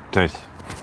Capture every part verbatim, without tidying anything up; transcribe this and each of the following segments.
Cześć.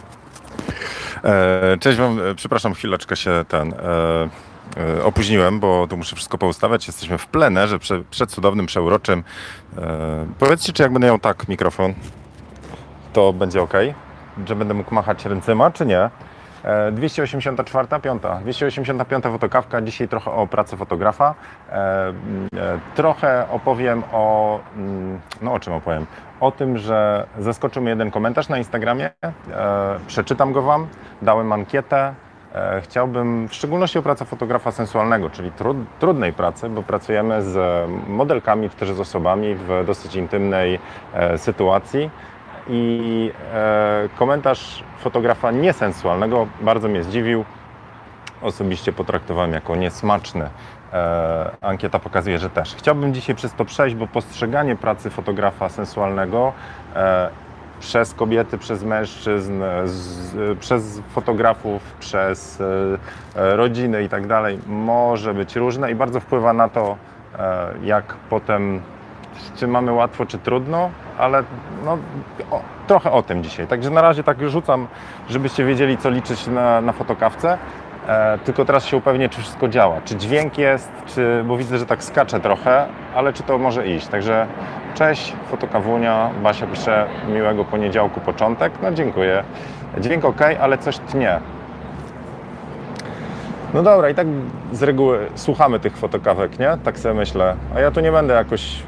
E, cześć wam, przepraszam, chwileczkę się ten e, e, opóźniłem, bo tu muszę wszystko poustawiać. Jesteśmy w plenerze prze, przed cudownym, przeuroczym. E, powiedzcie, czy jak będę miał tak mikrofon, to będzie ok? Że będę mógł machać ręcyma, czy nie? E, dwieście osiemdziesiąta czwarta, piąta. dwieście osiemdziesiąta piąta fotokawka. Dzisiaj trochę o pracy fotografa. E, e, trochę opowiem o... No o czym opowiem? O tym, że zaskoczył mnie jeden komentarz na Instagramie. E, przeczytam go wam. Dałem ankietę. E, chciałbym w szczególności o pracę fotografa sensualnego, czyli trud, trudnej pracy, bo pracujemy z modelkami, czy też z osobami w dosyć intymnej e, sytuacji. I e, komentarz fotografa niesensualnego bardzo mnie zdziwił. Osobiście potraktowałem jako niesmaczny. E, ankieta pokazuje, że też. Chciałbym dzisiaj przez to przejść, bo postrzeganie pracy fotografa sensualnego e, przez kobiety, przez mężczyzn, z, przez fotografów, przez e, rodziny i tak dalej może być różne i bardzo wpływa na to, e, jak potem, czy mamy łatwo, czy trudno, ale no, o, trochę o tym dzisiaj. Także na razie tak rzucam, żebyście wiedzieli, co liczyć na, na fotokawce. E, tylko teraz się upewnię, czy wszystko działa, czy dźwięk jest, czy, bo widzę, że tak skacze trochę, ale czy to może iść. Także cześć, fotokawunia, Basia pisze, miłego poniedziałku, początek. No dziękuję. Dźwięk ok, ale coś tnie. No dobra, i tak z reguły słuchamy tych fotokawek, nie? Tak sobie myślę. A ja tu nie będę jakoś...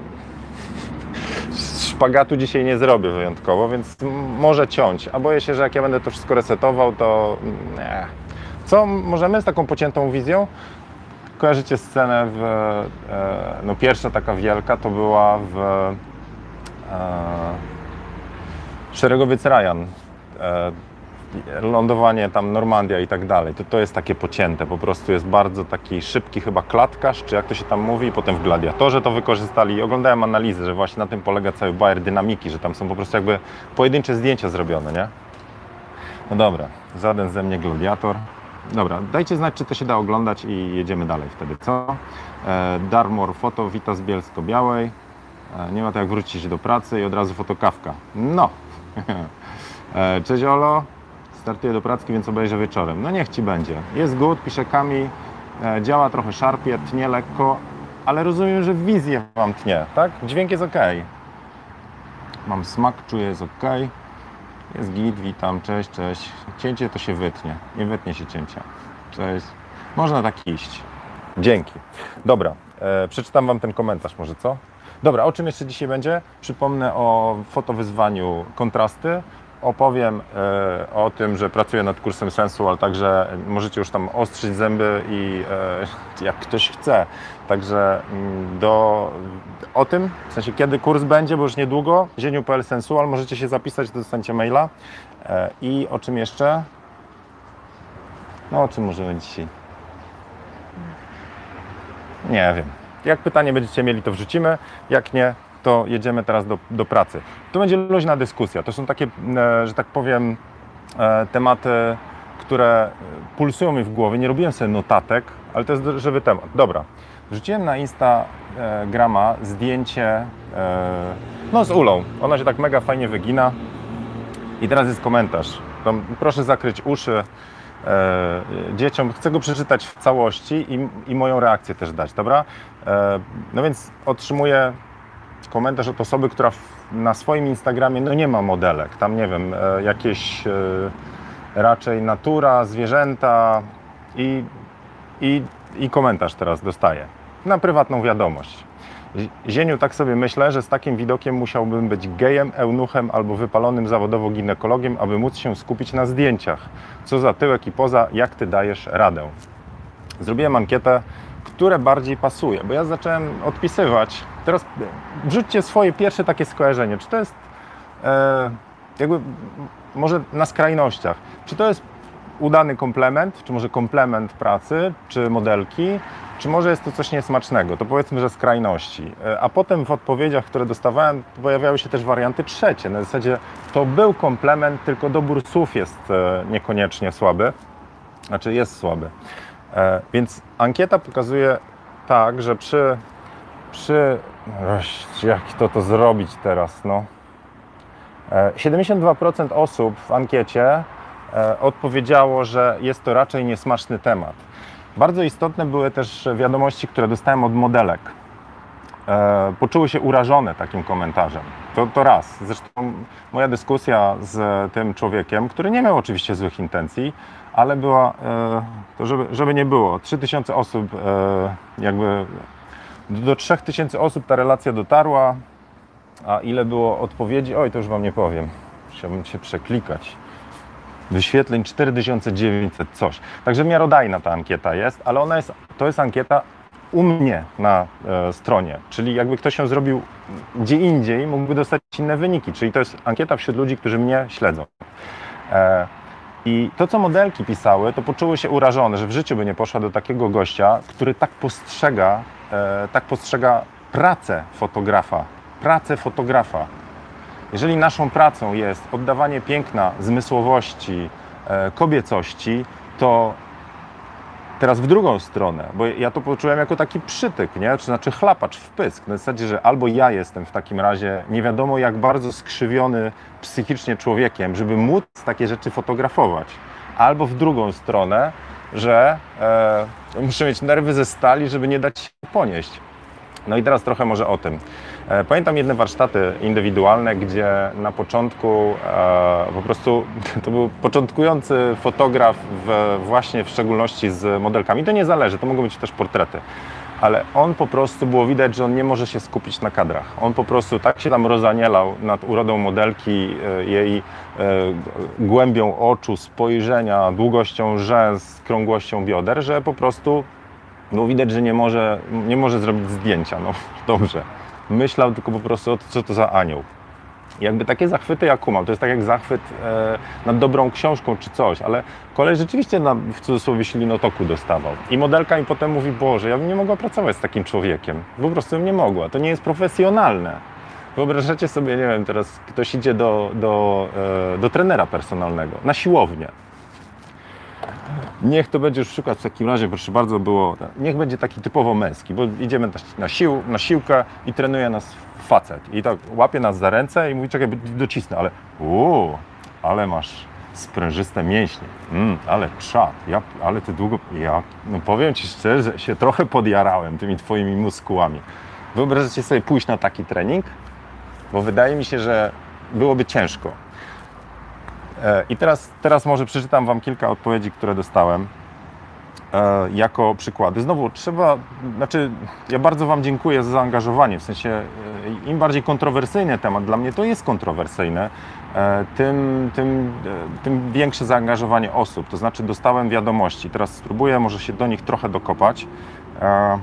Szpagatu dzisiaj nie zrobię wyjątkowo, więc może ciąć. A boję się, że jak ja będę to wszystko resetował, to nie. Co możemy z taką pociętą wizją? Kojarzycie scenę w... E, no pierwsza taka wielka to była w e, Szeregowiec Ryan. E, lądowanie tam, Normandia i tak dalej. To, to jest takie pocięte, po prostu jest bardzo taki szybki chyba klatkarz, czy jak to się tam mówi, i potem w Gladiatorze to wykorzystali i oglądałem analizę, że właśnie na tym polega cały bajer dynamiki, że tam są po prostu jakby pojedyncze zdjęcia zrobione, nie? No dobra, żaden ze mnie Gladiator. Dobra, dajcie znać, czy to się da oglądać i jedziemy dalej wtedy, co? E, Darmor Foto, Wita z Bielsko-Białej. E, nie ma to jak wrócić do pracy i od razu fotokawka. No! e, cześć Olo. Startuję do pracy, więc obejrzę wieczorem. No niech Ci będzie. Jest good, pisze Kamil, e, działa trochę szarpie, tnie lekko, ale rozumiem, że wizję Wam tnie, tak? Dźwięk jest ok. Mam smak, czuję, jest ok. Jest git, witam, cześć, cześć. Cięcie to się wytnie, nie wytnie się cięcia. Cześć. Można tak iść. Dzięki. Dobra, e, przeczytam Wam ten komentarz może, co? Dobra, o czym jeszcze dzisiaj będzie? Przypomnę o fotowyzwaniu kontrasty. Opowiem e, o tym, że pracuję nad kursem Sensual, także możecie już tam ostrzyć zęby i e, jak ktoś chce. Także m, do, o tym, w sensie kiedy kurs będzie, bo już niedługo, zieniu kropka p l Sensual, możecie się zapisać, to dostaniecie maila. E, I o czym jeszcze? No o czym możemy dzisiaj? Nie wiem. Jak pytanie będziecie mieli, to wrzucimy. Jak nie, to jedziemy teraz do, do pracy. To będzie luźna dyskusja. To są takie, e, że tak powiem, e, tematy, które pulsują mi w głowie. Nie robiłem sobie notatek, ale to jest żywy temat. Dobra. Wrzuciłem na Instagrama zdjęcie e, no z Ulą. Ona się tak mega fajnie wygina. I teraz jest komentarz. Tam, proszę zakryć uszy e, dzieciom. Chcę go przeczytać w całości i, i moją reakcję też dać, dobra? E, no więc otrzymuję komentarz od osoby, która w, na swoim Instagramie no nie ma modelek, tam nie wiem, e, jakieś e, raczej natura, zwierzęta i, i, i komentarz teraz dostaję na prywatną wiadomość. Zieniu, tak sobie myślę, że z takim widokiem musiałbym być gejem, eunuchem albo wypalonym zawodowo ginekologiem, aby móc się skupić na zdjęciach. Co za tyłek i poza, jak Ty dajesz radę? Zrobiłem ankietę, które bardziej pasuje, bo ja zacząłem odpisywać. Teraz wrzućcie swoje pierwsze takie skojarzenie. Czy to jest e, jakby może na skrajnościach? Czy to jest udany komplement, czy może komplement pracy, czy modelki, czy może jest to coś niesmacznego? To powiedzmy, że skrajności. E, a potem w odpowiedziach, które dostawałem, pojawiały się też warianty trzecie. Na zasadzie to był komplement, tylko dobór słów jest e, niekoniecznie słaby. Znaczy jest słaby. E, więc ankieta pokazuje tak, że przy, przy jak to to zrobić teraz, no. siedemdziesiąt dwa procent osób w ankiecie odpowiedziało, że jest to raczej niesmaczny temat. Bardzo istotne były też wiadomości, które dostałem od modelek. Poczuły się urażone takim komentarzem. To, to raz. Zresztą moja dyskusja z tym człowiekiem, który nie miał oczywiście złych intencji, ale była, to żeby, żeby nie było, trzy tysiące osób, jakby do trzech tysięcy osób ta relacja dotarła, a ile było odpowiedzi? Oj, to już Wam nie powiem. Chciałbym się przeklikać. Wyświetleń cztery tysiące dziewięćset coś. Także miarodajna ta ankieta jest, ale ona jest, to jest ankieta u mnie na e, stronie, czyli jakby ktoś ją zrobił gdzie indziej, mógłby dostać inne wyniki, czyli to jest ankieta wśród ludzi, którzy mnie śledzą. E, I to, co modelki pisały, to poczuły się urażone, że w życiu by nie poszła do takiego gościa, który tak postrzega, e, tak postrzega pracę fotografa, pracę fotografa. Jeżeli naszą pracą jest oddawanie piękna, zmysłowości, e, kobiecości, to teraz w drugą stronę, bo ja to poczułem jako taki przytyk, nie? To znaczy chlapacz, wpysk. Na zasadzie, że albo ja jestem w takim razie nie wiadomo jak bardzo skrzywiony psychicznie człowiekiem, żeby móc takie rzeczy fotografować, albo w drugą stronę, że e, muszę mieć nerwy ze stali, żeby nie dać się ponieść. No i teraz trochę może o tym. Pamiętam jedne warsztaty indywidualne, gdzie na początku e, po prostu to był początkujący fotograf w, właśnie w szczególności z modelkami. To nie zależy, to mogą być też portrety. Ale on po prostu, było widać, że on nie może się skupić na kadrach. On po prostu tak się tam rozanielał nad urodą modelki, jej głębią oczu, spojrzenia, długością rzęs, krągłością bioder, że po prostu było widać, że nie może, nie może zrobić zdjęcia. No dobrze. Myślał tylko po prostu, co to za anioł. I jakby takie zachwyty ja kumam. To jest tak jak zachwyt e, nad dobrą książką czy coś, ale kolej rzeczywiście na, w cudzysłowie ślinotoku dostawał. I modelka mi potem mówi, Boże, ja bym nie mogła pracować z takim człowiekiem. Po prostu bym nie mogła. To nie jest profesjonalne. Wyobrażacie sobie, nie wiem, teraz ktoś idzie do, do, e, do trenera personalnego, na siłownię. Niech to będzie już przykład w takim razie, proszę bardzo, było, niech będzie taki typowo męski, bo idziemy na, sił, na siłkę i trenuje nas facet. I tak łapie nas za ręce i mówi, czekaj, docisnę, ale uuu, ale masz sprężyste mięśnie, mm, ale czad, ja, ale ty długo, ja, no powiem Ci szczerze, się trochę podjarałem tymi Twoimi muskułami. Wyobraźcie sobie pójść na taki trening, bo wydaje mi się, że byłoby ciężko. I teraz, teraz może przeczytam Wam kilka odpowiedzi, które dostałem e, jako przykłady. Znowu trzeba, znaczy ja bardzo Wam dziękuję za zaangażowanie, w sensie e, im bardziej kontrowersyjny temat, dla mnie to jest kontrowersyjne, e, tym, tym, e, tym większe zaangażowanie osób, to znaczy dostałem wiadomości, teraz spróbuję może się do nich trochę dokopać. E,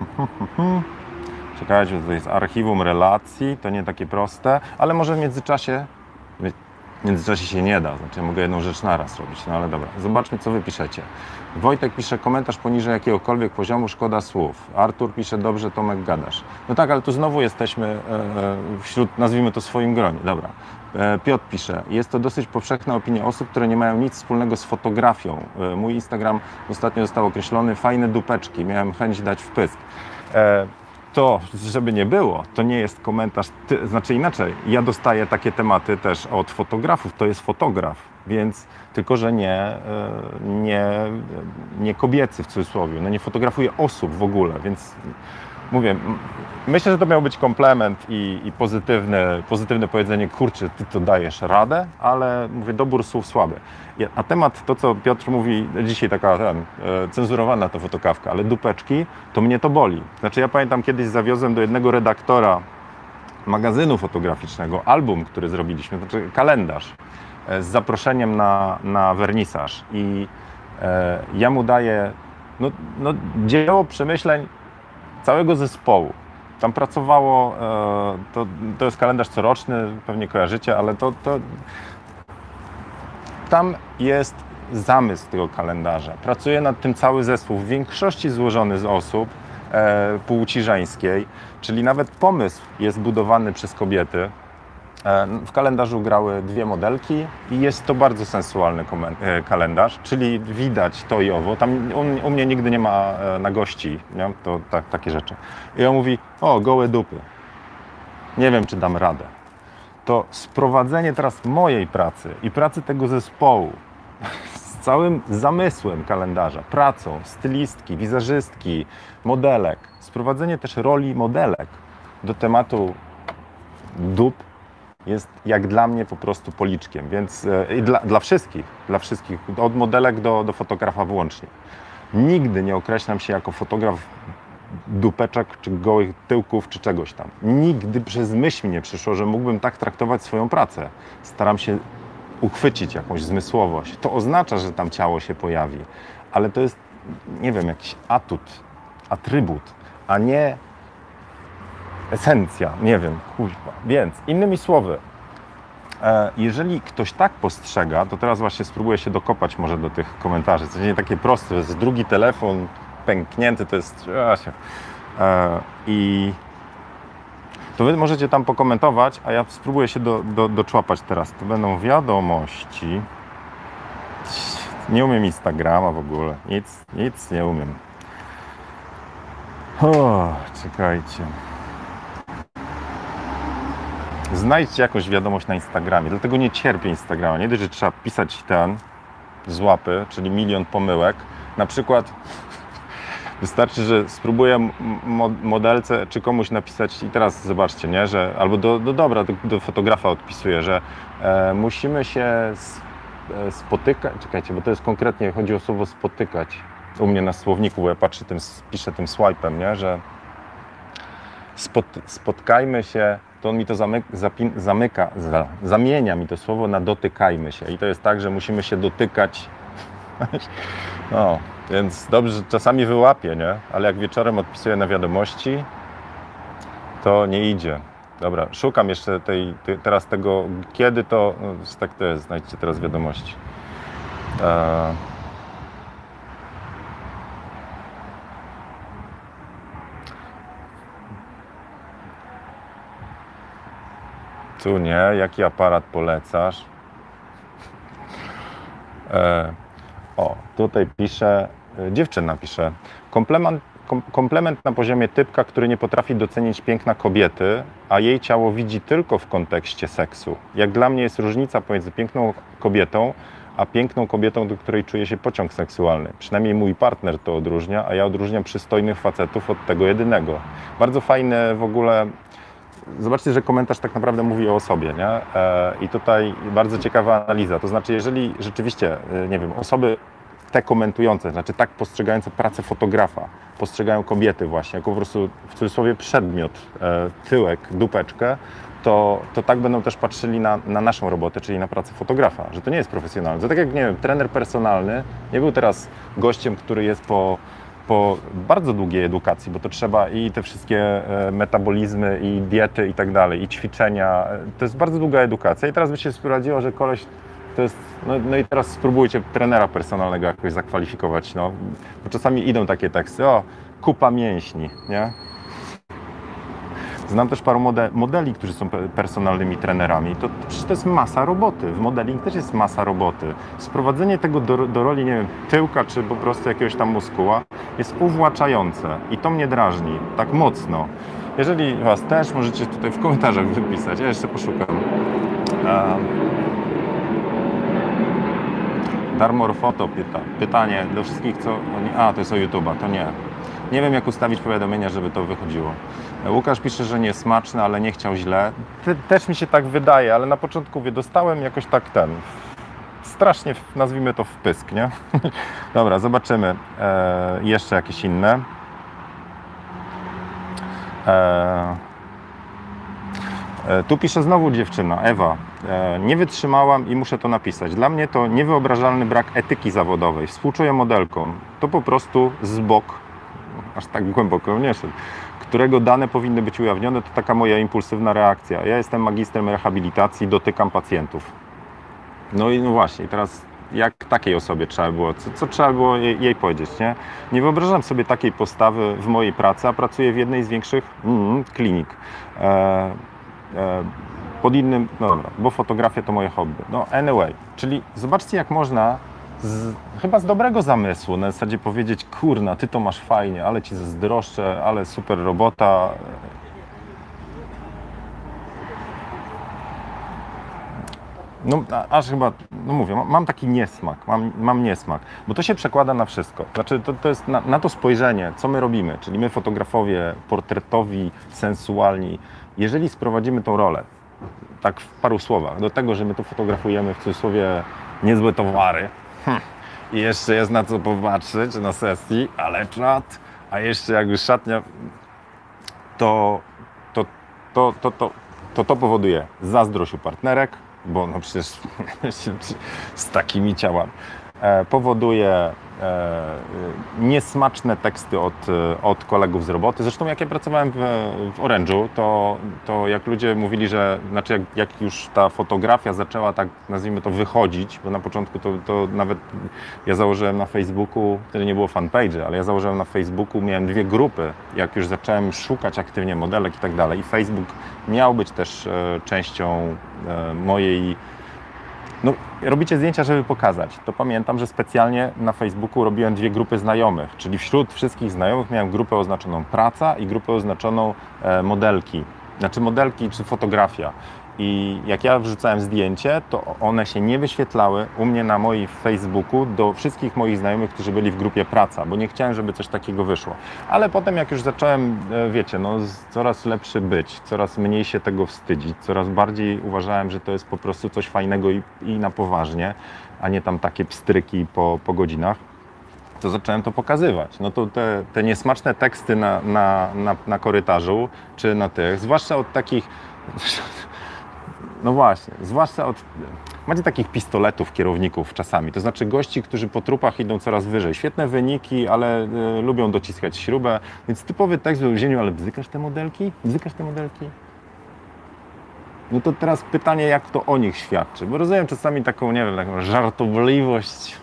Czekajcie, to jest archiwum relacji, to nie takie proste, ale może w międzyczasie W międzyczasie się nie da, znaczy ja mogę jedną rzecz naraz robić, no ale dobra. Zobaczmy, co Wy piszecie. Wojtek pisze, komentarz poniżej jakiegokolwiek poziomu, szkoda słów. Artur pisze, dobrze, Tomek, gadasz. No tak, ale tu znowu jesteśmy e, wśród, nazwijmy to, swoim gronie. Dobra. E, Piotr pisze, jest to dosyć powszechna opinia osób, które nie mają nic wspólnego z fotografią. E, mój Instagram ostatnio został określony, fajne dupeczki, miałem chęć dać wpysk. E, To, żeby nie było, to nie jest komentarz, ty, znaczy inaczej, ja dostaję takie tematy też od fotografów, to jest fotograf, więc tylko, że nie, nie, nie kobiecy w cudzysłowie, no nie fotografuję osób w ogóle, więc mówię, myślę, że to miał być komplement i, i pozytywne, pozytywne powiedzenie, kurczę, ty to dajesz radę, ale mówię, dobór słów słaby. A temat, to co Piotr mówi, dzisiaj taka ten, cenzurowana to fotokawka, ale dupeczki, to mnie to boli. Znaczy ja pamiętam, kiedyś zawiozłem do jednego redaktora magazynu fotograficznego album, który zrobiliśmy, znaczy kalendarz z zaproszeniem na, na wernisaż i e, ja mu daję no, no, dzieło przemyśleń całego zespołu. Tam pracowało, e, to, to jest kalendarz coroczny, pewnie kojarzycie, ale to, to tam jest zamysł tego kalendarza. Pracuje nad tym cały zespół, w większości złożony z osób e, płci żeńskiej, czyli nawet pomysł jest budowany przez kobiety. E, w kalendarzu grały dwie modelki i jest to bardzo sensualny e, kalendarz, czyli widać to i owo. Tam u, u mnie nigdy nie ma e, na gości, nie? To tak, takie rzeczy. I on mówi, o, gołe dupy. Nie wiem, czy dam radę. to sprowadzenie teraz mojej pracy i pracy tego zespołu z całym zamysłem kalendarza, pracą, stylistki, wizerzystki, modelek, sprowadzenie też roli modelek do tematu dup jest jak dla mnie po prostu policzkiem, więc i dla, dla wszystkich, dla wszystkich, od modelek do, do fotografa włącznie. Nigdy nie określam się jako fotograf dupeczek, czy gołych tyłków, czy czegoś tam. Nigdy przez myśl mi nie przyszło, że mógłbym tak traktować swoją pracę. Staram się uchwycić jakąś zmysłowość. To oznacza, że tam ciało się pojawi, ale to jest, nie wiem, jakiś atut, atrybut, a nie esencja, nie wiem, kuźwa. Więc innymi słowy, jeżeli ktoś tak postrzega, to teraz właśnie spróbuję się dokopać może do tych komentarzy. To nie takie proste, to jest drugi telefon pęknięty, to jest... I to wy możecie tam pokomentować, a ja spróbuję się do, do, doczłapać teraz. To będą wiadomości. Nie umiem Instagrama w ogóle, nic, nic nie umiem. O, czekajcie. Znajdźcie jakąś wiadomość na Instagramie, dlatego nie cierpię Instagrama. Nie dość, że trzeba pisać ten z łapy, czyli milion pomyłek. Na przykład wystarczy, że spróbuję modelce czy komuś napisać i teraz zobaczcie, nie, że albo do, do dobra, do, do fotografa odpisuję, że e, musimy się spotykać, czekajcie, bo to jest konkretnie, chodzi o słowo spotykać u mnie na słowniku, bo ja patrzę tym, piszę tym swipe'em, nie, że spot, spotkajmy się, to on mi to zamyka, zapin, zamyka za, zamienia mi to słowo na dotykajmy się i to jest tak, że musimy się dotykać. No, więc dobrze, że czasami wyłapię, nie? Ale jak wieczorem odpisuję na wiadomości, to nie idzie. Dobra, szukam jeszcze tej, tej teraz tego, kiedy to, no, tak to jest, znajdźcie teraz wiadomości. Eee... Tu nie, jaki aparat polecasz? Eee... O, tutaj pisze, dziewczyna pisze, komplement, kom, komplement na poziomie typka, który nie potrafi docenić piękna kobiety, a jej ciało widzi tylko w kontekście seksu. Jak dla mnie jest różnica pomiędzy piękną kobietą, a piękną kobietą, do której czuje się pociąg seksualny. Przynajmniej mój partner to odróżnia, a ja odróżniam przystojnych facetów od tego jedynego. Bardzo fajne w ogóle... Zobaczcie, że komentarz tak naprawdę mówi o osobie, nie? I tutaj bardzo ciekawa analiza, to znaczy jeżeli rzeczywiście, nie wiem, osoby te komentujące, znaczy tak postrzegające pracę fotografa, postrzegają kobiety właśnie jako po prostu w cudzysłowie przedmiot, tyłek, dupeczkę, to, to tak będą też patrzyli na, na naszą robotę, czyli na pracę fotografa, że to nie jest profesjonalne. To tak jak, nie wiem, trener personalny nie był teraz gościem, który jest po po bardzo długiej edukacji, bo to trzeba i te wszystkie metabolizmy, i diety i tak dalej, i ćwiczenia. To jest bardzo długa edukacja i teraz by się sprawdziło, że koleś to jest... No, no i teraz spróbujcie trenera personalnego jakoś zakwalifikować, no. Bo czasami idą takie teksty, o, kupa mięśni, nie? Znam też paru mode modeli, którzy są personalnymi trenerami. To przecież to jest masa roboty. W modeling też jest masa roboty. Sprowadzenie tego do, do roli, nie wiem, tyłka czy po prostu jakiegoś tam muskuła jest uwłaczające i to mnie drażni tak mocno. Jeżeli Was też, możecie tutaj w komentarzach wypisać. Ja jeszcze poszukam. Um, Darmor Foto pyta. Pytanie do wszystkich, co... A, to jest o YouTube'a, to nie. Nie wiem, jak ustawić powiadomienia, żeby to wychodziło. Łukasz pisze, że nie smaczne, ale nie chciał źle. Te, też mi się tak wydaje, ale na początku wie, dostałem jakoś tak ten... Strasznie, nazwijmy to, wpysk, nie? Dobra, zobaczymy. E, jeszcze jakieś inne. E, e, tu pisze znowu dziewczyna, Ewa. E, nie wytrzymałam i muszę to napisać. Dla mnie to niewyobrażalny brak etyki zawodowej. Współczuję modelkom. To po prostu z bok, aż tak głęboko nie szedł, którego dane powinny być ujawnione, to taka moja impulsywna reakcja. Ja jestem magistrem rehabilitacji, dotykam pacjentów. No i no właśnie, teraz jak takiej osobie trzeba było, co, co trzeba było jej, jej powiedzieć, nie? Nie wyobrażam sobie takiej postawy w mojej pracy, a pracuję w jednej z większych mm, klinik. E, e, pod innym, no dobra, bo fotografia to moje hobby. No anyway, czyli zobaczcie, jak można z, chyba z dobrego zamysłu na zasadzie powiedzieć, kurna, ty to masz fajnie, ale ci zazdroszczę, ale super robota. No, a- aż chyba, no mówię, mam, mam taki niesmak, mam, mam niesmak, bo to się przekłada na wszystko. Znaczy, to, to jest na, na to spojrzenie, co my robimy, czyli my fotografowie, portretowi, sensualni, jeżeli sprowadzimy tą rolę, tak w paru słowach, do tego, że my tu fotografujemy w cudzysłowie niezłe towary hm, i jeszcze jest na co popatrzeć na sesji, ale czat, a jeszcze jak już szatnia, to to, to, to, to, to, to powoduje zazdrość u partnerek, bo no przecież z takimi ciałami, e, powoduje e, niesmaczne teksty od, od kolegów z roboty. Zresztą jak ja pracowałem w, w Orange'u, to, to jak ludzie mówili, że znaczy jak, jak już ta fotografia zaczęła tak, nazwijmy to, wychodzić, bo na początku to, to nawet ja założyłem na Facebooku, wtedy nie było fanpage'y, ale ja założyłem na Facebooku, miałem dwie grupy, jak już zacząłem szukać aktywnie modelek i tak dalej. I Facebook miał być też e, częścią e, mojej. No, robicie zdjęcia, żeby pokazać. To pamiętam, że specjalnie na Facebooku robiłem dwie grupy znajomych, czyli wśród wszystkich znajomych miałem grupę oznaczoną praca i grupę oznaczoną e, modelki. Znaczy modelki czy fotografia. I jak ja wrzucałem zdjęcie, to one się nie wyświetlały u mnie na moim Facebooku do wszystkich moich znajomych, którzy byli w grupie praca, bo nie chciałem, żeby coś takiego wyszło. Ale potem jak już zacząłem, e, wiecie, no coraz lepszy być, coraz mniej się tego wstydzić, coraz bardziej uważałem, że to jest po prostu coś fajnego i, i na poważnie, a nie tam takie pstryki po, po godzinach, to zacząłem to pokazywać. No to te, te niesmaczne teksty na, na, na, na korytarzu, czy na tych, zwłaszcza od takich... No właśnie, zwłaszcza od... Macie takich pistoletów kierowników czasami, to znaczy gości, którzy po trupach idą coraz wyżej. Świetne wyniki, ale y, lubią dociskać śrubę, więc typowy tekst w więzieniu, ale bzykasz te modelki? Bzykasz te modelki? No to teraz pytanie, jak to o nich świadczy, bo rozumiem czasami taką, nie wiem, taką żartobliwość,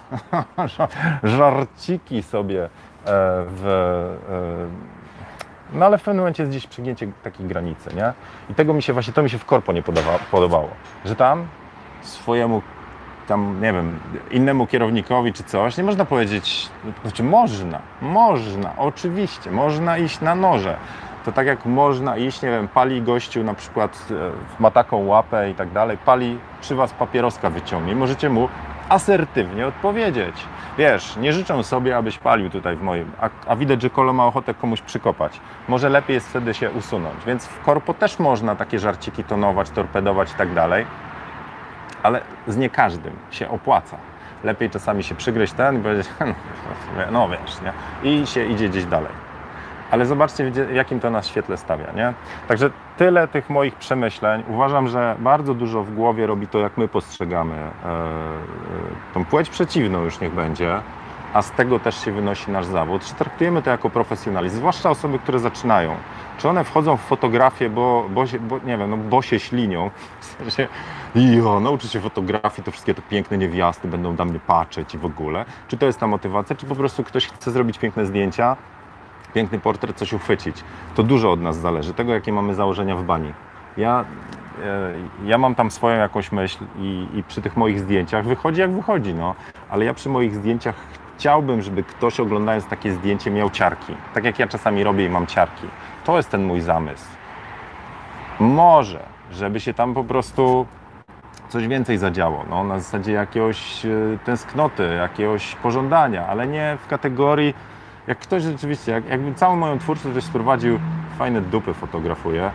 żarciki sobie e, w... E, no ale w pewnym momencie jest gdzieś przegięcie takiej granicy, nie? I tego mi się właśnie, to mi się w korpo nie podawa, podobało, że tam swojemu, tam nie wiem, innemu kierownikowi czy coś, nie można powiedzieć, znaczy można, można, oczywiście, można iść na noże. To tak jak można iść, nie wiem, pali gościu na przykład, ma taką łapę i tak dalej, pali, przy was papieroska wyciągnie i możecie mu asertywnie odpowiedzieć. Wiesz, nie życzę sobie, abyś palił tutaj w moim, a, a widać, że kolo ma ochotę komuś przykopać. Może lepiej jest wtedy się usunąć. Więc w korpo też można takie żarciki tonować, torpedować i tak dalej, ale z nie każdym się opłaca. Lepiej czasami się przygryźć ten i powiedzieć, no wiesz, nie? I się idzie gdzieś dalej. Ale zobaczcie, w jakim to nas świetle stawia, nie? Także tyle tych moich przemyśleń. Uważam, że bardzo dużo w głowie robi to, jak my postrzegamy e, e, tą płeć przeciwną, już niech będzie, a z tego też się wynosi nasz zawód. Czy traktujemy to jako profesjonalizm, zwłaszcza osoby, które zaczynają. Czy one wchodzą w fotografię, bo, bo, się, bo nie wiem, no, bo się ślinią, w sensie, jo, nauczy się fotografii, to wszystkie te piękne niewiasty będą na mnie patrzeć i w ogóle. Czy to jest ta motywacja, czy po prostu ktoś chce zrobić piękne zdjęcia, piękny portret, coś uchwycić. To dużo od nas zależy, tego jakie mamy założenia w bani. Ja, e, ja mam tam swoją jakąś myśl i, i przy tych moich zdjęciach wychodzi jak wychodzi, no. Ale ja przy moich zdjęciach chciałbym, żeby ktoś oglądając takie zdjęcie miał ciarki. Tak jak ja czasami robię i mam ciarki. To jest ten mój zamysł. Może, żeby się tam po prostu coś więcej zadziało, no, na zasadzie jakiegoś tęsknoty, jakiegoś pożądania, ale nie w kategorii. Jak ktoś rzeczywiście, jak, jakby całą moją twórczość ktoś sprowadził, fajne dupy fotografuje,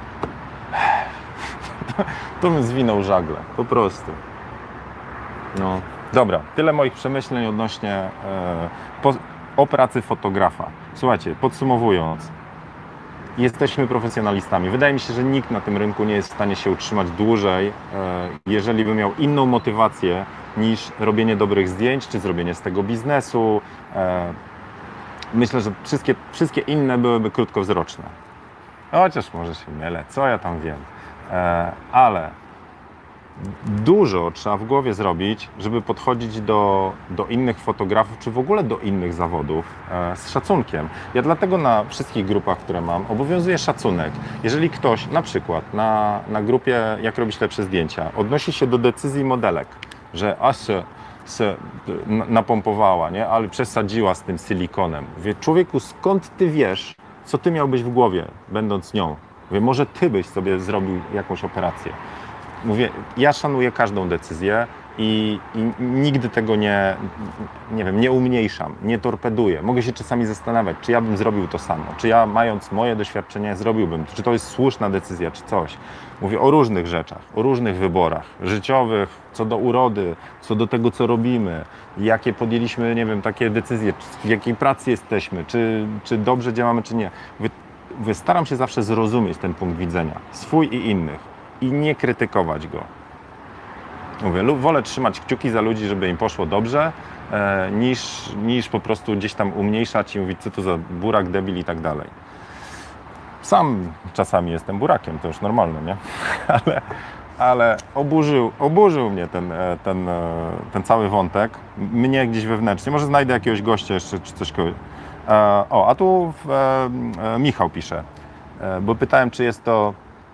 to, to bym zwinął żagle, po prostu. No, dobra, tyle moich przemyśleń odnośnie e, po, o pracy fotografa. Słuchajcie, podsumowując, jesteśmy profesjonalistami. Wydaje mi się, że nikt na tym rynku nie jest w stanie się utrzymać dłużej, e, jeżeli by miał inną motywację niż robienie dobrych zdjęć, czy zrobienie z tego biznesu. E, Myślę, że wszystkie, wszystkie inne byłyby krótkowzroczne. Chociaż może się mylę, co ja tam wiem. E, ale dużo trzeba w głowie zrobić, żeby podchodzić do, do innych fotografów, czy w ogóle do innych zawodów e, z szacunkiem. Ja dlatego na wszystkich grupach, które mam, obowiązuje szacunek. Jeżeli ktoś, na przykład na, na grupie Jak robić lepsze zdjęcia, odnosi się do decyzji modelek, że aż się se napompowała, nie? Ale przesadziła z tym silikonem. Mówię, człowieku, skąd ty wiesz, co ty miałbyś w głowie, będąc nią? Mówię, może ty byś sobie zrobił jakąś operację. mówię, ja szanuję każdą decyzję i, i nigdy tego nie, nie wiem, nie umniejszam, nie torpeduję. Mogę się czasami zastanawiać, czy ja bym zrobił to samo, czy ja, mając moje doświadczenie, zrobiłbym, czy to jest słuszna decyzja, czy coś. Mówię o różnych rzeczach, o różnych wyborach życiowych, co do urody, co do tego, co robimy, jakie podjęliśmy, nie wiem, takie decyzje, w jakiej pracy jesteśmy, czy, czy dobrze działamy, czy nie. Mówię, mówię, staram się zawsze zrozumieć ten punkt widzenia, swój i innych, i nie krytykować go. Mówię, wolę trzymać kciuki za ludzi, żeby im poszło dobrze, e, niż, niż po prostu gdzieś tam umniejszać i mówić, co to za burak, debil i tak dalej. Sam czasami jestem burakiem, to już normalne, nie? Ale, ale oburzył, oburzył mnie ten, ten, ten cały wątek, mnie gdzieś wewnętrznie. Może znajdę jakiegoś gościa jeszcze, czy coś. E, o, a tu e, e, Michał pisze, e, bo pytałem, czy jest to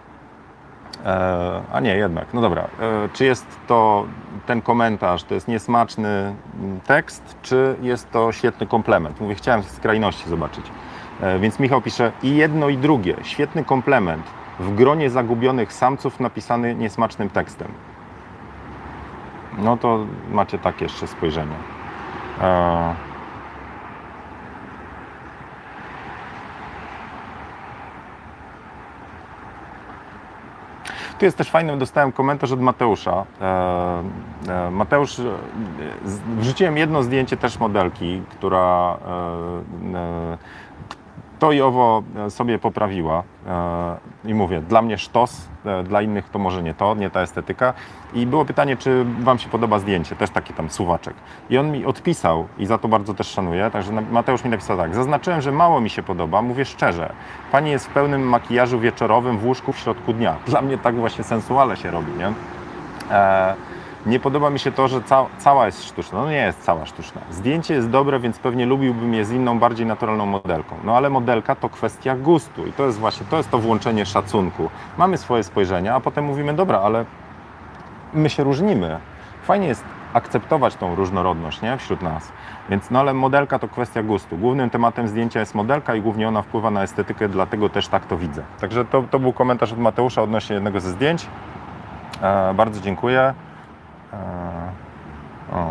a nie, jednak, no dobra. Czy jest to ten komentarz, to jest niesmaczny tekst, czy jest to świetny komplement? Mówię, chciałem z skrajności zobaczyć. Więc Michał pisze, i jedno i drugie, świetny komplement w gronie zagubionych samców napisany niesmacznym tekstem. No to macie takie jeszcze spojrzenie. Tu jest też fajny, dostałem komentarz od Mateusza. Mateusz, wrzuciłem jedno zdjęcie też modelki, która to i owo sobie poprawiła i mówię, dla mnie sztos, dla innych to może nie to, nie ta estetyka. I było pytanie, czy Wam się podoba zdjęcie, też taki tam suwaczek. I on mi odpisał i za to bardzo też szanuję, także Mateusz mi napisał tak, zaznaczyłem, że mało mi się podoba, mówię szczerze, Pani jest w pełnym makijażu wieczorowym w łóżku w środku dnia. Dla mnie tak właśnie sensuale się robi, nie? E Nie podoba mi się to, że ca cała jest sztuczna. No nie jest cała sztuczna. Zdjęcie jest dobre, więc pewnie lubiłbym je z inną, bardziej naturalną modelką. No ale modelka to kwestia gustu i to jest właśnie, to jest to włączenie szacunku. Mamy swoje spojrzenia, a potem mówimy, dobra, ale my się różnimy. Fajnie jest akceptować tą różnorodność, nie? Wśród nas. Więc no ale modelka to kwestia gustu. Głównym tematem zdjęcia jest modelka i głównie ona wpływa na estetykę, dlatego też tak to widzę. Także to, to był komentarz od Mateusza odnośnie jednego ze zdjęć. E, bardzo dziękuję. O.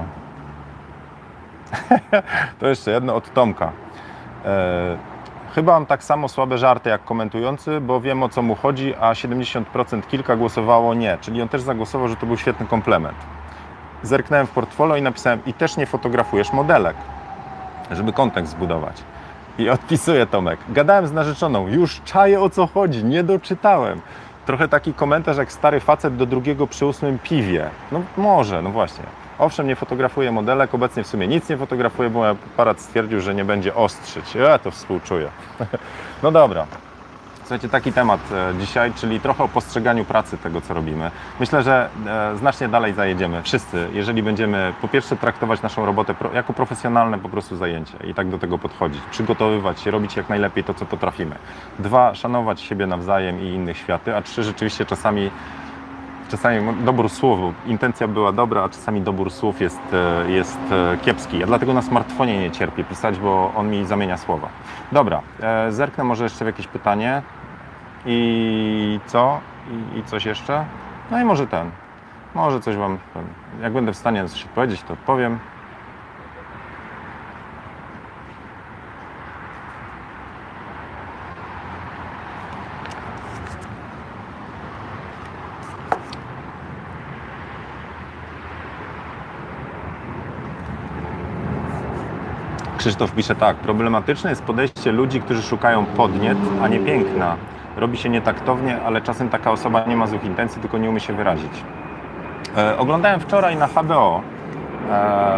To jeszcze jedno od Tomka. E, chyba mam tak samo słabe żarty jak komentujący, bo wiem, o co mu chodzi, a siedemdziesiąt procent kilka głosowało nie. Czyli on też zagłosował, że to był świetny komplement. Zerknąłem w portfolio i napisałem, i też nie fotografujesz modelek, żeby kontekst zbudować. I odpisuje Tomek. Gadałem z narzeczoną, już czaję, o co chodzi, nie doczytałem. Trochę taki komentarz jak stary facet do drugiego przy ósmym piwie. No może, no właśnie. Owszem, nie fotografuję modelek, obecnie w sumie nic nie fotografuję, bo mój aparat stwierdził, że nie będzie ostrzyć. Ja to współczuję. No dobra. Słuchajcie, taki temat dzisiaj, czyli trochę o postrzeganiu pracy tego, co robimy. Myślę, że znacznie dalej zajedziemy wszyscy, jeżeli będziemy po pierwsze traktować naszą robotę jako profesjonalne po prostu zajęcie i tak do tego podchodzić, przygotowywać się, robić jak najlepiej to, co potrafimy. Dwa, szanować siebie nawzajem i innych światy, a trzy, rzeczywiście czasami Czasami dobór słów, intencja była dobra, a czasami dobór słów jest, jest kiepski. Ja dlatego na smartfonie nie cierpię pisać, bo on mi zamienia słowa. Dobra, zerknę może jeszcze w jakieś pytanie. I co? I, i coś jeszcze? No i może ten. Może coś Wam, jak będę w stanie coś odpowiedzieć, to odpowiem. Krzysztof pisze tak, problematyczne jest podejście ludzi, którzy szukają podniet, a nie piękna. Robi się nietaktownie, ale czasem taka osoba nie ma złych intencji, tylko nie umie się wyrazić. E, oglądałem wczoraj na H B O. E,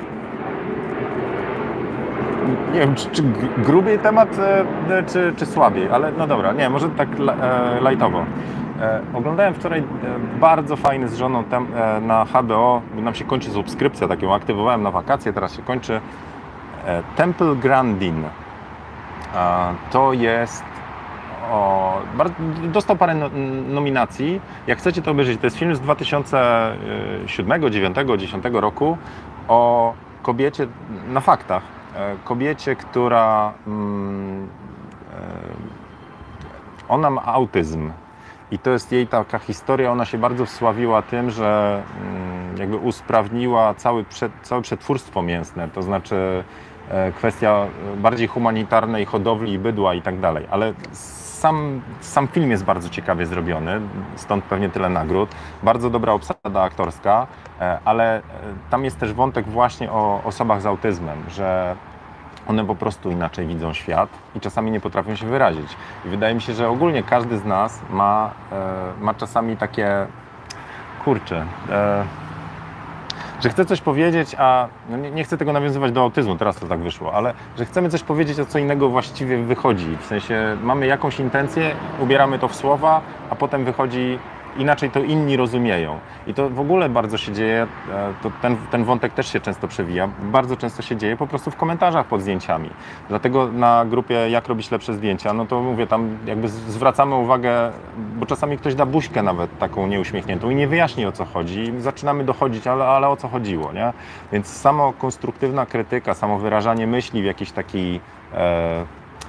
nie wiem, czy, czy grubiej temat, e, czy, czy słabiej, ale no dobra, nie, może tak e, lajtowo. E, oglądałem wczoraj e, bardzo fajny z żoną tem, e, na H B O, bo nam się kończy subskrypcja, tak ją aktywowałem na wakacje, teraz się kończy. Temple Grandin. To jest o, dostał parę no, nominacji. Jak chcecie to obejrzeć, to jest film z dwa tysiące siódmego, dwa tysiące dziewiątego, dwa tysiące dziesiątego roku o kobiecie, na faktach, kobiecie, która mm, ona ma autyzm I to jest jej taka historia, ona się bardzo wsławiła tym, że mm, jakby usprawniła cały przed, całe przetwórstwo mięsne, to znaczy e, kwestia bardziej humanitarnej hodowli i bydła i tak dalej, ale sam, sam film jest bardzo ciekawie zrobiony, stąd pewnie tyle nagród, bardzo dobra obsada aktorska, e, ale e, tam jest też wątek właśnie o osobach z autyzmem, że one po prostu inaczej widzą świat i czasami nie potrafią się wyrazić. I wydaje mi się, że ogólnie każdy z nas ma, e, ma czasami takie, kurczę, e, że chce coś powiedzieć, a no nie, nie chcę tego nawiązywać do autyzmu, teraz to tak wyszło, ale że chcemy coś powiedzieć, a co innego właściwie wychodzi. W sensie mamy jakąś intencję, ubieramy to w słowa, a potem wychodzi inaczej, to inni rozumieją. I to w ogóle bardzo się dzieje, to ten, ten wątek też się często przewija, bardzo często się dzieje po prostu w komentarzach pod zdjęciami. Dlatego na grupie Jak robić lepsze zdjęcia, no to mówię, tam jakby zwracamy uwagę, bo czasami ktoś da buźkę nawet taką nieuśmiechniętą i nie wyjaśni, o co chodzi. I zaczynamy dochodzić, ale, ale o co chodziło, nie? Więc samo konstruktywna krytyka, samo wyrażanie myśli w jakiś taki e,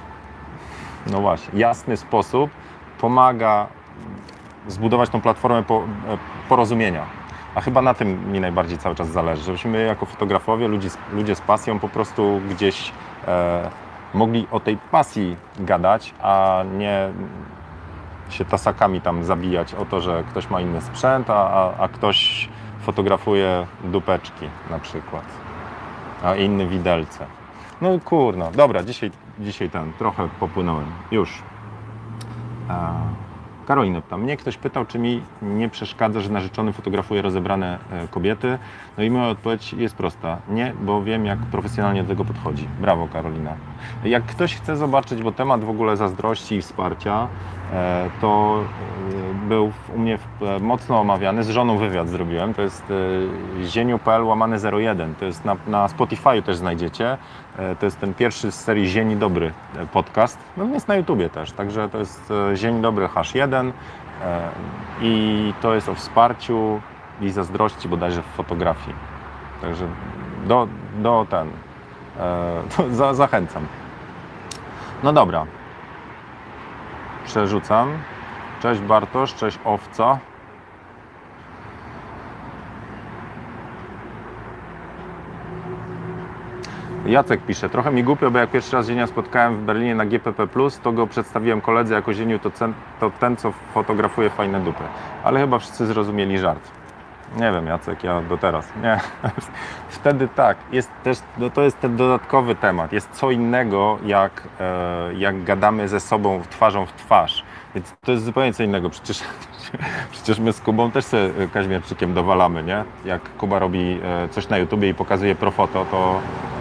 no właśnie, jasny sposób pomaga zbudować tą platformę porozumienia. A chyba na tym mi najbardziej cały czas zależy, żebyśmy jako fotografowie, ludzie, ludzie z pasją po prostu gdzieś e, mogli o tej pasji gadać, a nie się tasakami tam zabijać o to, że ktoś ma inny sprzęt, a, a ktoś fotografuje dupeczki na przykład, a inny widelce. No kurno, dobra, dzisiaj, dzisiaj ten, trochę popłynąłem. Już. E, Karolina pyta, mnie ktoś pytał, czy mi nie przeszkadza, że narzeczony fotografuje rozebrane kobiety. No i moja odpowiedź jest prosta. Nie, bo wiem, jak profesjonalnie do tego podchodzi. Brawo, Karolina. Jak ktoś chce zobaczyć, bo temat w ogóle zazdrości i wsparcia, to był u mnie mocno omawiany. Z żoną wywiad zrobiłem. To jest zieniu.pl łamane zero jeden. To jest na, na Spotify też znajdziecie. To jest ten pierwszy z serii Zień Dobry podcast. No jest na YouTubie też. Także to jest Zień Dobry hash jeden i to jest o wsparciu i zazdrości bodajże w fotografii. Także do, do ten to za, zachęcam. No dobra. Przerzucam. Cześć Bartosz, cześć Owca. Jacek pisze, trochę mi głupio, bo jak pierwszy raz Zienia spotkałem w Berlinie na G P P plus, to go przedstawiłem koledze jako Zieniu, to, ten, to ten, co fotografuje fajne dupy. Ale chyba wszyscy zrozumieli żart. Nie wiem, Jacek, ja do teraz. Nie. Wtedy tak, jest też, no to jest ten dodatkowy temat. Jest co innego, jak, e, jak gadamy ze sobą twarzą w twarz. Więc to jest zupełnie co innego. Przecież, przecież my z Kubą też sobie Kaźmierczykiem dowalamy, nie? Jak Kuba robi coś na YouTubie i pokazuje profoto, to,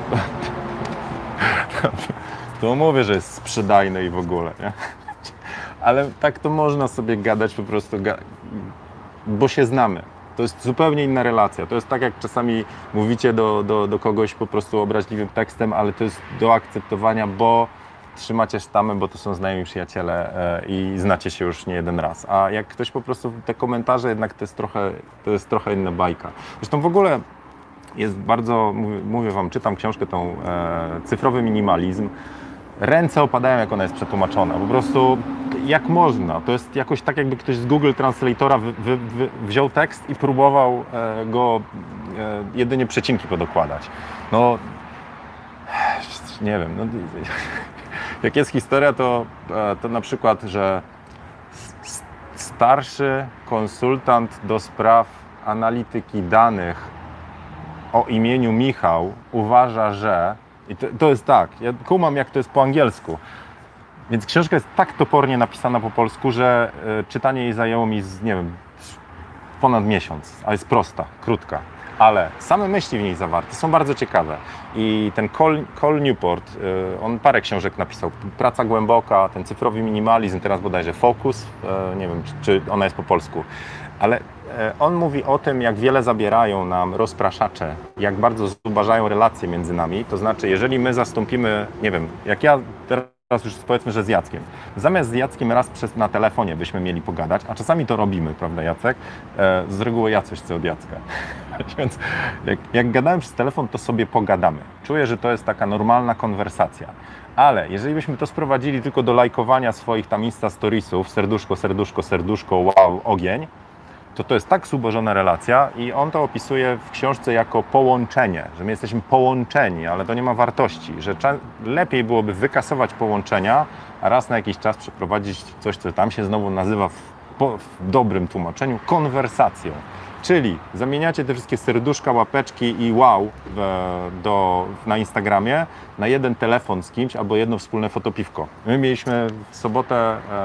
to, to mówię, że jest sprzedajne i w ogóle, nie? Ale tak to można sobie gadać po prostu, bo się znamy. To jest zupełnie inna relacja. To jest tak, jak czasami mówicie do, do, do kogoś po prostu obraźliwym tekstem, ale to jest do akceptowania, bo trzymacie sztamę, bo to są znajomi przyjaciele i znacie się już nie jeden raz. A jak ktoś po prostu, te komentarze jednak to jest trochę, to jest trochę inna bajka. Zresztą w ogóle jest bardzo, mówię, mówię Wam, czytam książkę tą e, Cyfrowy minimalizm. Ręce opadają, jak ona jest przetłumaczona. Po prostu jak można. To jest jakoś tak, jakby ktoś z Google Translatora wy, wy, wy, wziął tekst i próbował e, go e, jedynie przecinki podokładać. No, nie wiem. No, jak jest historia, to, e, to na przykład, że starszy konsultant do spraw analityki danych o imieniu Michał uważa, że i to, to jest tak, ja kumam, jak to jest po angielsku. Więc książka jest tak topornie napisana po polsku, że y, czytanie jej zajęło mi, z, nie wiem, ponad miesiąc, a jest prosta, krótka. Ale same myśli w niej zawarte są bardzo ciekawe. I ten Cole, Cole Newport, y, on parę książek napisał. Praca głęboka, ten cyfrowy minimalizm, teraz bodajże Focus, y, nie wiem, czy, czy ona jest po polsku. Ale on mówi o tym, jak wiele zabierają nam rozpraszacze, jak bardzo zubażają relacje między nami. To znaczy, jeżeli my zastąpimy, nie wiem, jak ja teraz teraz już powiedzmy, że z Jackiem. Zamiast z Jackiem raz przez, na telefonie byśmy mieli pogadać, a czasami to robimy, prawda Jacek? E, z reguły ja coś chcę od Jacka. Więc jak, jak gadałem przez telefon, to sobie pogadamy. Czuję, że to jest taka normalna konwersacja. Ale jeżeli byśmy to sprowadzili tylko do lajkowania swoich tam Insta Storiesów, serduszko, serduszko, serduszko, wow, ogień, to to jest tak zubożona relacja i on to opisuje w książce jako połączenie, że my jesteśmy połączeni, ale to nie ma wartości, że lepiej byłoby wykasować połączenia, a raz na jakiś czas przeprowadzić coś, co tam się znowu nazywa w, po, w dobrym tłumaczeniu konwersacją. Czyli zamieniacie te wszystkie serduszka, łapeczki i wow w, do, na Instagramie na jeden telefon z kimś albo jedno wspólne fotopiwko. My mieliśmy w sobotę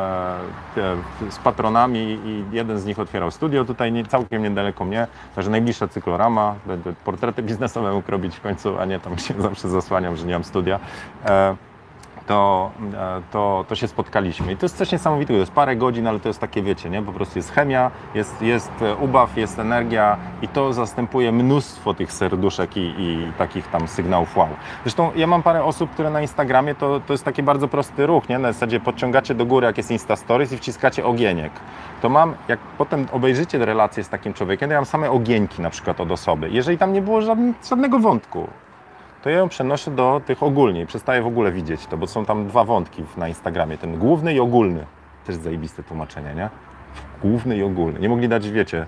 e, z patronami i jeden z nich otwierał studio tutaj nie, całkiem niedaleko mnie, także najbliższa cyklorama, będę portrety biznesowe mógł robić w końcu, a nie tam się zawsze zasłaniam, że nie mam studia. E, To, to, to się spotkaliśmy. I to jest coś niesamowitego. To jest parę godzin, ale to jest takie, wiecie, nie? Po prostu jest chemia, jest, jest ubaw, jest energia i to zastępuje mnóstwo tych serduszek i, i takich tam sygnałów wow. Zresztą ja mam parę osób, które na Instagramie to, to jest taki bardzo prosty ruch, nie? Na zasadzie podciągacie do góry, jak jest Insta Stories i wciskacie ogieniek. To mam, jak potem obejrzycie relację z takim człowiekiem, to ja mam same ogieńki na przykład od osoby. Jeżeli tam nie było żadne, żadnego wątku, to ja ją przenoszę do tych ogólnie i przestaję w ogóle widzieć to, bo są tam dwa wątki na Instagramie, ten główny i ogólny. Też zajebiste tłumaczenie, nie? Główny i ogólny. Nie mogli dać, wiecie,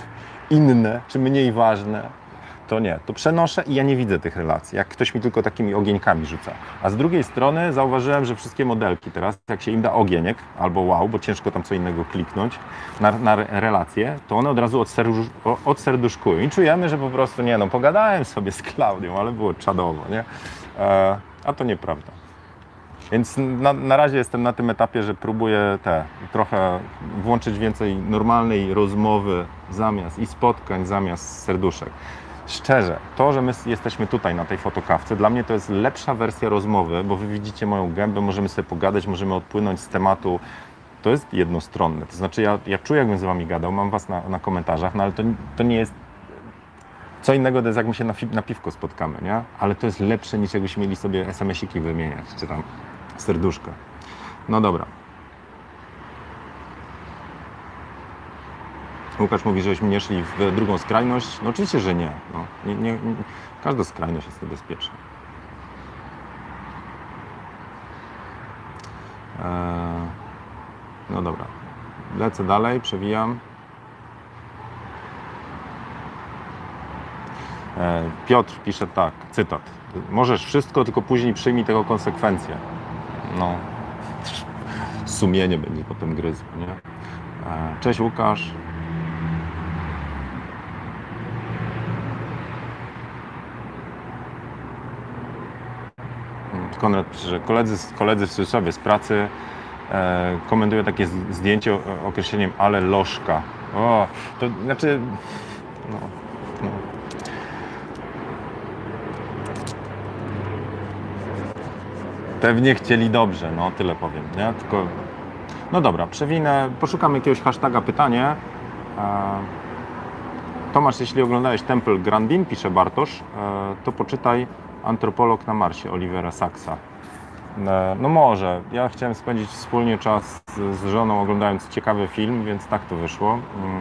inne czy mniej ważne. To nie, to przenoszę i ja nie widzę tych relacji, jak ktoś mi tylko takimi ogienkami rzuca. A z drugiej strony zauważyłem, że wszystkie modelki teraz, jak się im da ogieniek albo wow, bo ciężko tam co innego kliknąć na, na relacje, to one od razu odserdusz, odserduszkują i czujemy, że po prostu nie, no pogadałem sobie z Klaudią, ale było czadowo, nie? E, a to nieprawda. Więc na, na razie jestem na tym etapie, że próbuję te trochę włączyć więcej normalnej rozmowy zamiast i spotkań zamiast serduszek. Szczerze, to, że my jesteśmy tutaj na tej fotokawce, dla mnie to jest lepsza wersja rozmowy, bo wy widzicie moją gębę, możemy sobie pogadać, możemy odpłynąć z tematu. To jest jednostronne. To znaczy ja, ja czuję, jakbym z wami gadał, mam was na, na komentarzach, no ale to, to nie jest... Co innego to jest, jak my się na, na piwko spotkamy, nie? Ale to jest lepsze, niż jakbyśmy mieli sobie es em esiki wymieniać, czy tam serduszko. No dobra. Łukasz mówi, żebyśmy nie szli w drugą skrajność. No oczywiście, że nie. No, nie, nie, nie. Każda skrajność jest niebezpieczna. Eee, no dobra. Lecę dalej, przewijam. Eee, Piotr pisze tak, cytat. Możesz wszystko, tylko później przyjmij tego konsekwencje. No. Sumienie będzie potem gryzło, nie? Eee, cześć Łukasz. Konrad pisze, że koledzy, koledzy w Rzeszowie z pracy e, komentują takie zdjęcie o, określeniem ale lożka. O, to znaczy... No, no. Pewnie chcieli dobrze, no tyle powiem, nie? Tylko... No dobra, przewinę, poszukam jakiegoś hashtaga pytanie. E, Tomasz, jeśli oglądałeś Temple Grandin, pisze Bartosz, e, to poczytaj Antropolog na Marsie Olivera Saxa. No może. Ja chciałem spędzić wspólnie czas z, z żoną oglądając ciekawy film, więc tak to wyszło.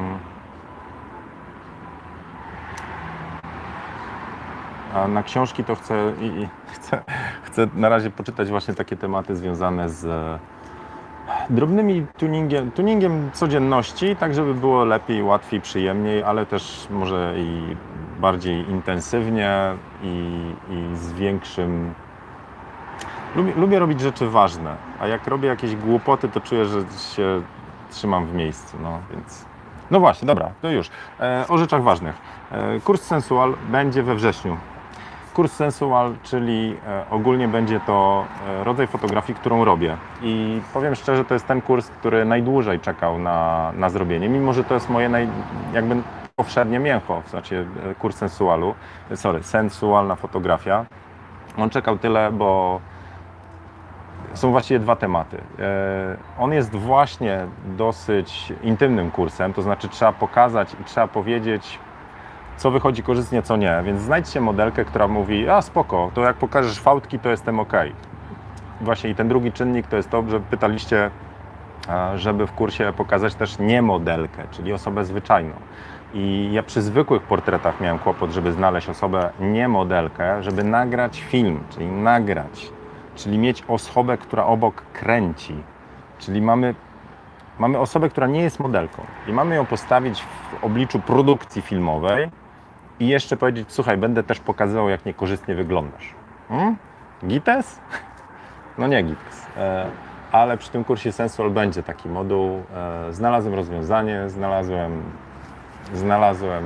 A na książki to chcę, i, i chcę, chcę na razie poczytać właśnie takie tematy związane z drobnymi tuningiem, tuningiem codzienności, tak żeby było lepiej, łatwiej, przyjemniej, ale też może i bardziej intensywnie i, i z większym... Lubię, lubię robić rzeczy ważne, a jak robię jakieś głupoty, to czuję, że się trzymam w miejscu, no więc... No właśnie, dobra, to już. E, o rzeczach ważnych. E, kurs Sensual będzie we wrześniu. Kurs Sensual, czyli e, ogólnie będzie to e, rodzaj fotografii, którą robię. I powiem szczerze, to jest ten kurs, który najdłużej czekał na, na zrobienie, mimo że to jest moje naj, jakby powszednie mięcho, w sensie e, kurs Sensualu, sorry, sensualna fotografia. On czekał tyle, bo są właściwie dwa tematy. E, on jest właśnie dosyć intymnym kursem, to znaczy trzeba pokazać i trzeba powiedzieć, co wychodzi korzystnie, co nie, więc znajdźcie modelkę, która mówi, a spoko, to jak pokażesz fałdki, to jestem ok. właśnie i ten drugi czynnik to jest to, że pytaliście, żeby w kursie pokazać też nie modelkę, czyli osobę zwyczajną. I ja przy zwykłych portretach miałem kłopot, żeby znaleźć osobę nie modelkę, żeby nagrać film, czyli nagrać, czyli mieć osobę, która obok kręci. Czyli mamy, mamy osobę, która nie jest modelką i mamy ją postawić w obliczu produkcji filmowej i jeszcze powiedzieć, słuchaj, będę też pokazywał, jak niekorzystnie wyglądasz. Hmm? Gites? No nie gites. E, ale przy tym kursie Sensual będzie taki moduł. E, znalazłem rozwiązanie, znalazłem, znalazłem,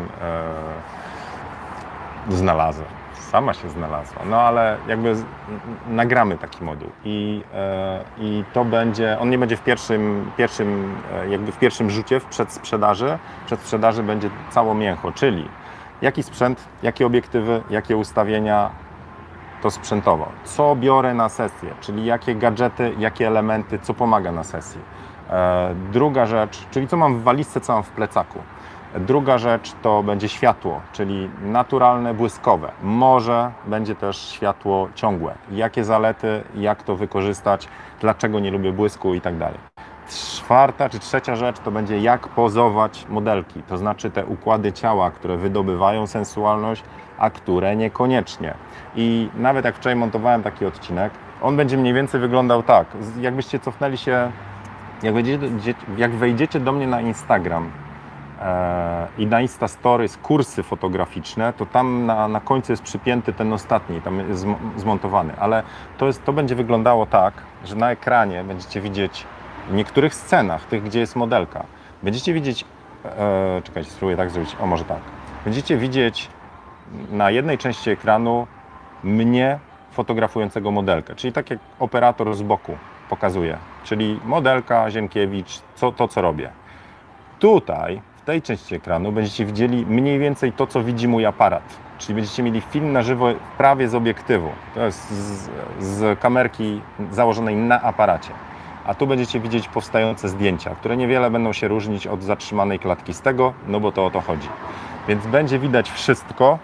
e, znalazłem. Sama się znalazła, no ale jakby z, nagramy taki moduł i, e, i to będzie, on nie będzie w pierwszym, pierwszym e, jakby w pierwszym rzucie w przedsprzedaży, przedsprzedaży będzie cało mięcho, czyli jaki sprzęt, jakie obiektywy, jakie ustawienia, to sprzętowo. Co biorę na sesję, czyli jakie gadżety, jakie elementy, co pomaga na sesji. E, druga rzecz, czyli co mam w walizce, co mam w plecaku. Druga rzecz to będzie światło, czyli naturalne, błyskowe. Może będzie też światło ciągłe. Jakie zalety, jak to wykorzystać, dlaczego nie lubię błysku i tak dalej. Czwarta czy trzecia rzecz to będzie jak pozować modelki, to znaczy te układy ciała, które wydobywają sensualność, a które niekoniecznie. I nawet jak wczoraj montowałem taki odcinek, on będzie mniej więcej wyglądał tak, jakbyście cofnęli się, jak wejdziecie, jak wejdziecie do mnie na Instagram e, i na Insta Stories kursy fotograficzne, to tam na, na końcu jest przypięty ten ostatni, tam jest zmontowany, ale to, jest, to będzie wyglądało tak, że na ekranie będziecie widzieć w niektórych scenach, tych gdzie jest modelka, będziecie widzieć, e, czekajcie, spróbuję tak zrobić, o może tak, będziecie widzieć na jednej części ekranu mnie fotografującego modelkę, czyli tak jak operator z boku pokazuje, czyli modelka, Zienkiewicz, co, to co robię. Tutaj, w tej części ekranu będziecie widzieli mniej więcej to, co widzi mój aparat, czyli będziecie mieli film na żywo prawie z obiektywu, to jest z, z kamerki założonej na aparacie. A tu będziecie widzieć powstające zdjęcia, które niewiele będą się różnić od zatrzymanej klatki z tego, no bo to o to chodzi. Więc będzie widać wszystko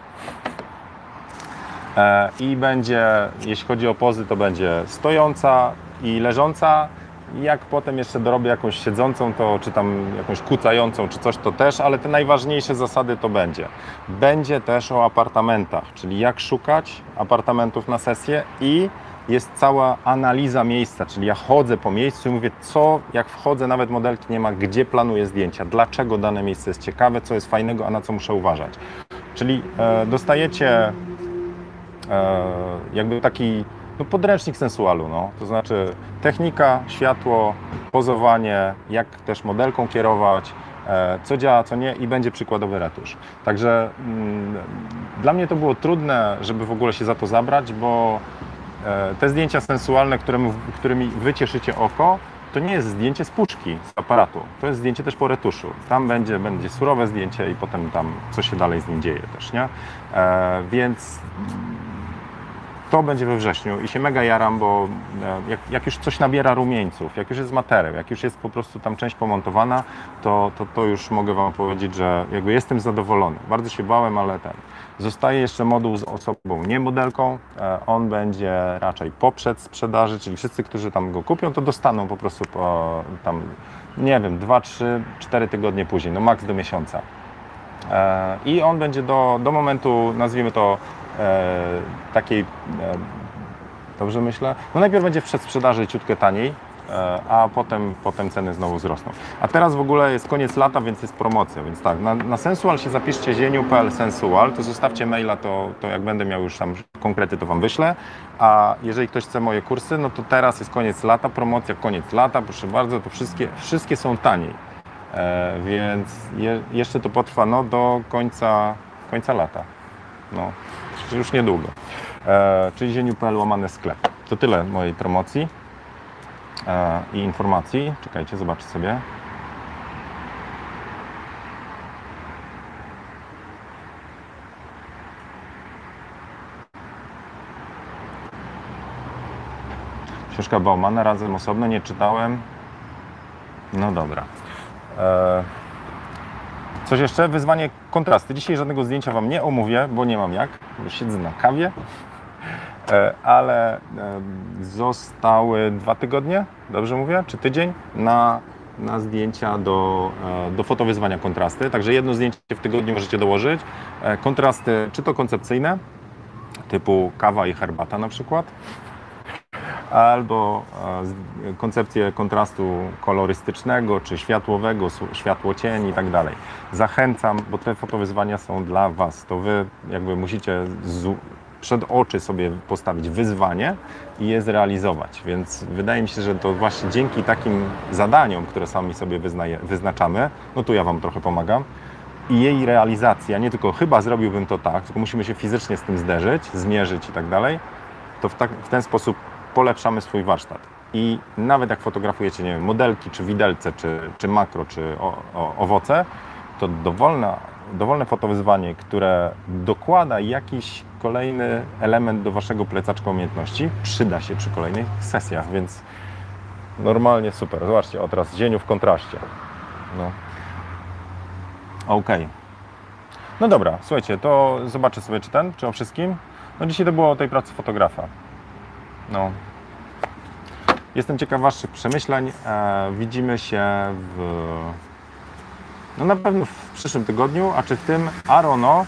e, i będzie, jeśli chodzi o pozy, to będzie stojąca i leżąca. Jak potem jeszcze dorobię jakąś siedzącą, to czy tam jakąś kucającą, czy coś, to też, ale te najważniejsze zasady to będzie. Będzie też o apartamentach, czyli jak szukać apartamentów na sesję i jest cała analiza miejsca, czyli ja chodzę po miejscu i mówię, co, jak wchodzę, nawet modelki nie ma, gdzie planuję zdjęcia, dlaczego dane miejsce jest ciekawe, co jest fajnego, a na co muszę uważać. Czyli e, dostajecie e, jakby taki no, podręcznik sensualu, no. To znaczy technika, światło, pozowanie, jak też modelką kierować, e, co działa, co nie i będzie przykładowy retusz. Także mm, dla mnie to było trudne, żeby w ogóle się za to zabrać, bo te zdjęcia sensualne, którymi, którymi wy cieszycie oko, to nie jest zdjęcie z puszki, z aparatu. To jest zdjęcie też po retuszu. Tam będzie, będzie surowe zdjęcie i potem tam co się dalej z nim dzieje też, nie? E, więc to będzie we wrześniu i się mega jaram, bo jak, jak już coś nabiera rumieńców, jak już jest materiał, jak już jest po prostu tam część pomontowana, to, to, to już mogę wam powiedzieć, że jakby jestem zadowolony. Bardzo się bałem, ale ten. Zostaje jeszcze moduł z osobą nie modelką. On będzie raczej po przedsprzedaży, czyli wszyscy, którzy tam go kupią, to dostaną po prostu po tam, nie wiem, dwa, trzy, cztery tygodnie później, no maks do miesiąca. I on będzie do, do momentu, nazwijmy to, e, takiej, e, dobrze myślę? No najpierw będzie w przedsprzedaży ciutkę taniej, e, a potem, potem ceny znowu wzrosną. A teraz w ogóle jest koniec lata, więc jest promocja, więc tak, na, na Sensual się zapiszcie zieniu kropka p l sensual, to zostawcie maila, to, to jak będę miał już tam konkrety, to wam wyślę, a jeżeli ktoś chce moje kursy, no to teraz jest koniec lata, promocja koniec lata, proszę bardzo, to wszystkie, wszystkie są taniej. E, więc je, jeszcze to potrwa no, do końca, końca lata, no, już niedługo. E, czyli zieniu kropka p l łamane sklep. To tyle mojej promocji e, i informacji. Czekajcie, zobaczę sobie. Książka Baumana razem osobno, nie czytałem. No dobra. Coś jeszcze? Wyzwanie kontrasty. Dzisiaj żadnego zdjęcia wam nie omówię, bo nie mam jak, bo siedzę na kawie. E, ale e, zostały dwa tygodnie, dobrze mówię, czy tydzień na, na zdjęcia do, e, do fotowyzwania kontrasty. Także jedno zdjęcie w tygodniu możecie dołożyć. E, kontrasty czy to koncepcyjne, typu kawa i herbata na przykład, albo e, koncepcję kontrastu kolorystycznego, czy światłowego, światło-cień i tak dalej. Zachęcam, bo te fotowyzwania są dla Was. To Wy jakby musicie z, przed oczy sobie postawić wyzwanie i je zrealizować. Więc wydaje mi się, że to właśnie dzięki takim zadaniom, które sami sobie wyznaje, wyznaczamy, no tu ja Wam trochę pomagam, i jej realizacja, nie tylko chyba zrobiłbym to tak, tylko musimy się fizycznie z tym zderzyć, zmierzyć i tak dalej, to w, tak, w ten sposób polepszamy swój warsztat. I nawet jak fotografujecie, nie wiem, modelki, czy widelce, czy, czy makro, czy o, o, owoce, to dowolna, dowolne fotowyzwanie, które dokłada jakiś kolejny element do Waszego plecaczka umiejętności, przyda się przy kolejnych sesjach, więc normalnie super. Zobaczcie, o teraz dzień w kontraście. No. Okej. Okay. No dobra, słuchajcie, to zobaczę sobie, czy ten, czy o wszystkim. No dzisiaj to było o tej pracy fotografa. No. Jestem ciekaw Waszych przemyśleń. E, widzimy się w... No na pewno w przyszłym tygodniu, a czy w tym, I don't know.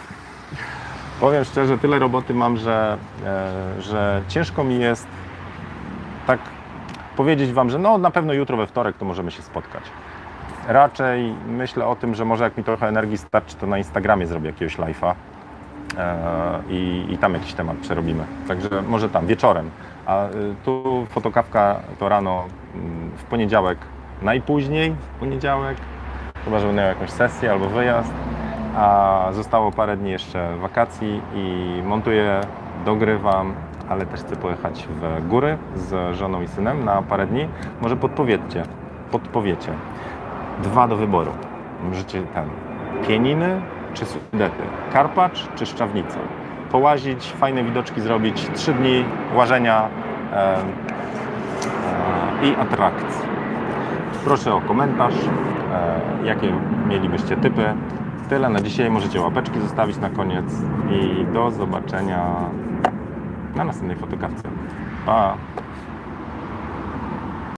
Powiem szczerze, tyle roboty mam, że, e, że ciężko mi jest tak powiedzieć Wam, że no na pewno jutro we wtorek to możemy się spotkać. Raczej myślę o tym, że może jak mi trochę energii starczy, to na Instagramie zrobię jakiegoś live'a e, i, i tam jakiś temat przerobimy. Także może tam, wieczorem. A y, tu fotokawka to rano y, w poniedziałek, najpóźniej w poniedziałek, chyba że będę miał jakąś sesję albo wyjazd, a zostało parę dni jeszcze wakacji i montuję, dogrywam, ale też chcę pojechać w góry z żoną i synem na parę dni. Może podpowiedzcie, podpowiecie. Dwa do wyboru. Możecie tam Pieniny czy Sudety, Karpacz czy Szczawnica. Połazić, fajne widoczki zrobić, trzy dni łażenia e, e, i atrakcji. Proszę o komentarz, e, jakie mielibyście typy. Tyle na dzisiaj, możecie łapeczki zostawić na koniec i do zobaczenia na następnej fotokawce. Pa!